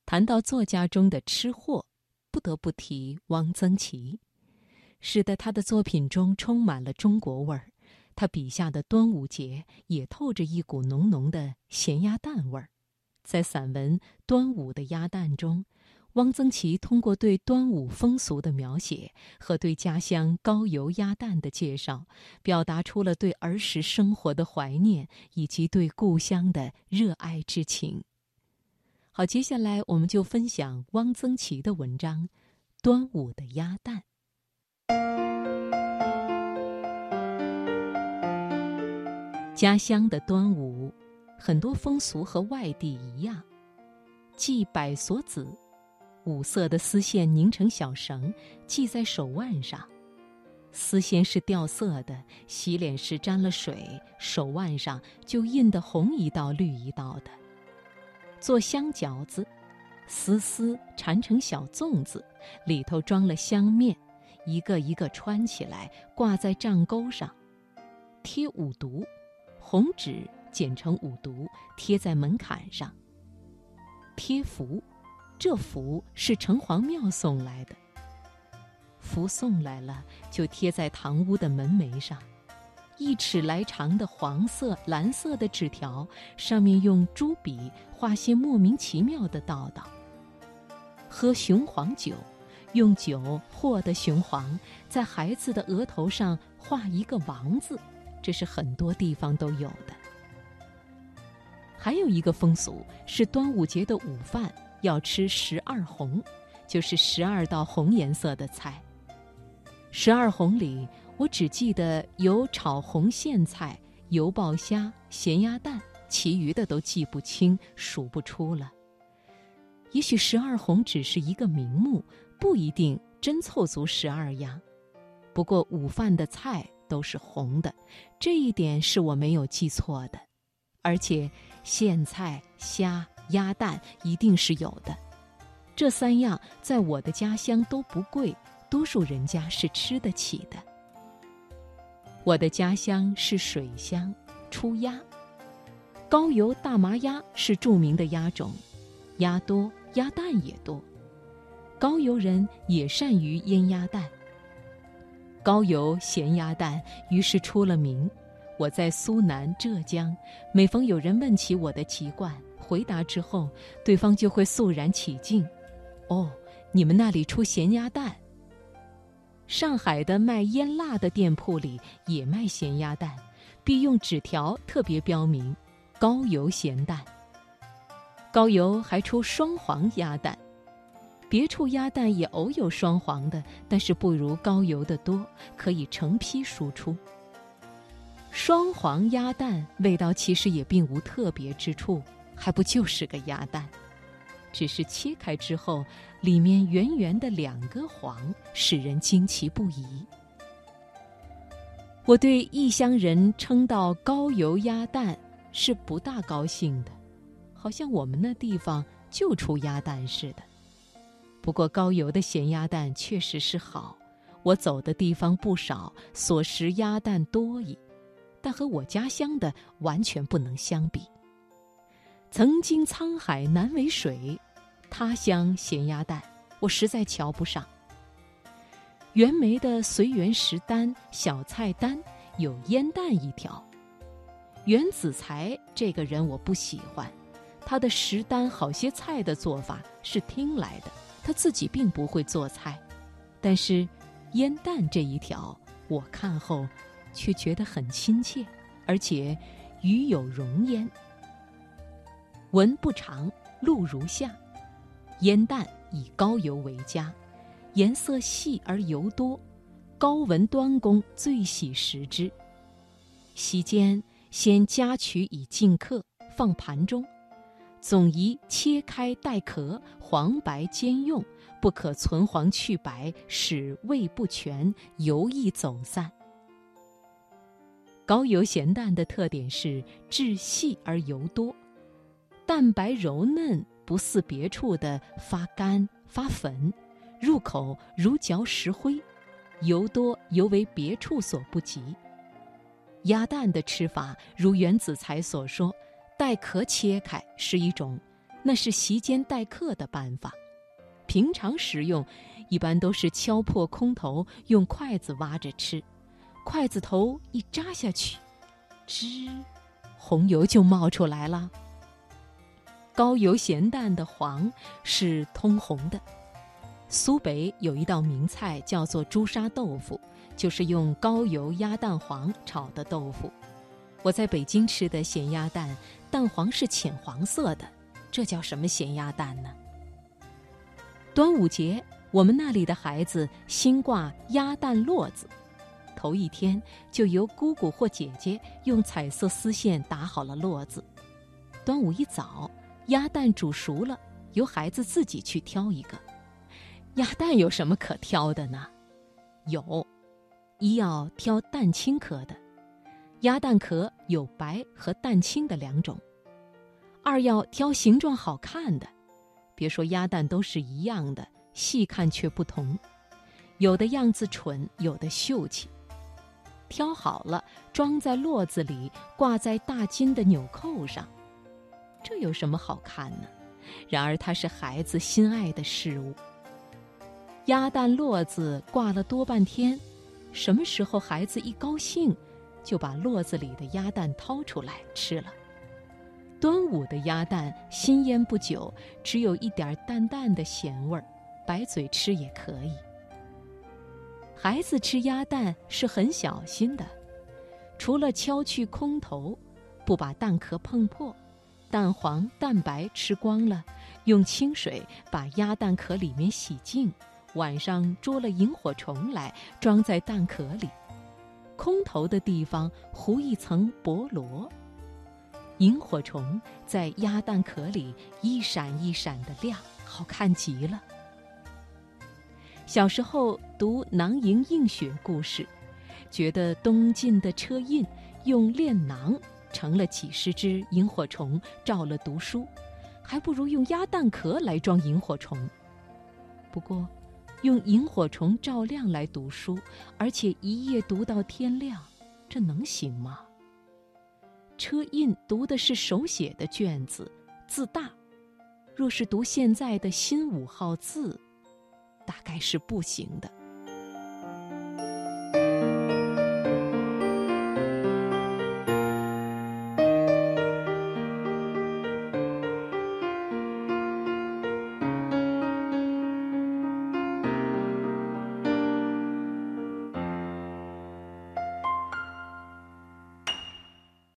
谈到作家中的吃货，不得不提汪曾祺。使得他的作品中充满了中国味儿，他笔下的端午节也透着一股浓浓的咸鸭蛋味儿。在散文《端午的鸭蛋》中，汪曾祺通过对端午风俗的描写和对家乡高邮鸭蛋的介绍，表达出了对儿时生活的怀念以及对故乡的热爱之情。好，接下来我们就分享汪曾祺的文章《端午的鸭蛋》。家乡的端午，很多风俗和外地一样，系百索子，五色的丝线拧成小绳，系在手腕上。丝线是掉色的，洗脸时沾了水，手腕上就印得红一道绿一道的。做香饺子，丝缠成小粽子，里头装了香面，一个一个穿起来，挂在帐钩上。贴五毒，红纸剪成五毒，贴在门槛上。贴符，这符是城隍庙送来的。符送来了，就贴在堂屋的门楣上。1尺来长的黄色、蓝色的纸条，上面用朱笔画些莫名其妙的道道。喝雄黄酒，用酒和的雄黄，在孩子的额头上画一个王字，这是很多地方都有的。还有一个风俗是端午节的午饭要吃12红，就是12道红颜色的菜。12红里，我只记得有炒红苋菜、油爆虾、咸鸭蛋，其余的都记不清，数不出了。也许12红只是一个名目，不一定真凑足12样。不过午饭的菜都是红的，这一点是我没有记错的。而且苋菜、虾、鸭蛋一定是有的。这3样在我的家乡都不贵，多数人家是吃得起的。我的家乡是水乡，出鸭。高邮大麻鸭是著名的鸭种，鸭多，鸭蛋也多。高邮人也善于腌鸭蛋。高邮咸鸭蛋于是出了名。我在苏南、浙江，每逢有人问起我的籍贯，回答之后，对方就会肃然起敬。哦，你们那里出咸鸭蛋。上海的卖腌腊的店铺里也卖咸鸭蛋，必用纸条特别标明高邮咸蛋。高邮还出双黄鸭蛋，别处鸭蛋也偶有双黄的，但是不如高邮的多，可以成批输出。双黄鸭蛋味道其实也并无特别之处，还不就是个鸭蛋，只是切开之后，里面圆圆的2个黄，使人惊奇不已。我对异乡人称道高邮鸭蛋是不大高兴的，好像我们那地方就出鸭蛋似的。不过高邮的咸鸭蛋确实是好，我走的地方不少，所食鸭蛋多矣，但和我家乡的完全不能相比。曾经沧海难为水，他乡咸鸭蛋我实在瞧不上。袁枚的随园食单小菜单有腌蛋1条。袁子才这个人我不喜欢，他的食单好些菜的做法是听来的，他自己并不会做菜。但是腌蛋这1条，我看后却觉得很亲切，而且鱼有溶腌。文不长，录如下：腌蛋以高邮为佳，颜色细而油多，高文端公最喜食之。席间先夹取以尽客，放盘中，总宜切开带壳，黄白兼用，不可存黄去白，使味不全，油易走散。高邮咸蛋的特点是质细而油多，蛋白柔嫩，不似别处的发干发粉，入口如嚼石灰，油多尤为别处所不及。鸭蛋的吃法如袁子才所说，带壳切开是一种那是席间待客的办法。平常食用，一般都是敲破空头，用筷子挖着吃，筷子头一扎下去，吱，红油就冒出来了。高油咸淡的黄是通红的。苏北有一道名菜叫做朱砂豆腐，就是用高油鸭蛋黄炒的豆腐。我在北京吃的咸鸭蛋，蛋黄是浅黄色的，这叫什么咸鸭蛋呢？端午节，我们那里的孩子新挂鸭蛋络子，头一天就由姑姑或姐姐用彩色丝线打好了络子。端午一早，鸭蛋煮熟了，由孩子自己去挑一个。鸭蛋有什么可挑的呢？有，一要挑蛋清壳的，鸭蛋壳有白和蛋清的两种；二要挑形状好看的，别说鸭蛋都是一样的，细看却不同，有的样子蠢，有的秀气。挑好了，装在络子里，挂在大金的纽扣上。这有什么好看呢？然而它是孩子心爱的事物。鸭蛋络子挂了多半天，什么时候孩子一高兴，就把络子里的鸭蛋掏出来吃了。端午的鸭蛋新腌不久，只有一点淡淡的咸味儿，白嘴吃也可以。孩子吃鸭蛋是很小心的，除了敲去空头，不把蛋壳碰破，蛋黄、蛋白吃光了，用清水把鸭蛋壳里面洗净，晚上捉了萤火虫来，装在蛋壳里，空头的地方糊一层薄萝。萤火虫在鸭蛋壳里一闪一闪的亮，好看极了。小时候读囊萤映雪故事，觉得东晋的车胤用炼囊成了几十只萤火虫，照了读书，还不如用鸭蛋壳来装萤火虫。不过用萤火虫照亮来读书，而且一夜读到天亮，这能行吗？车胤读的是手写的卷子，字大，若是读现在的新5号字，大概是不行的。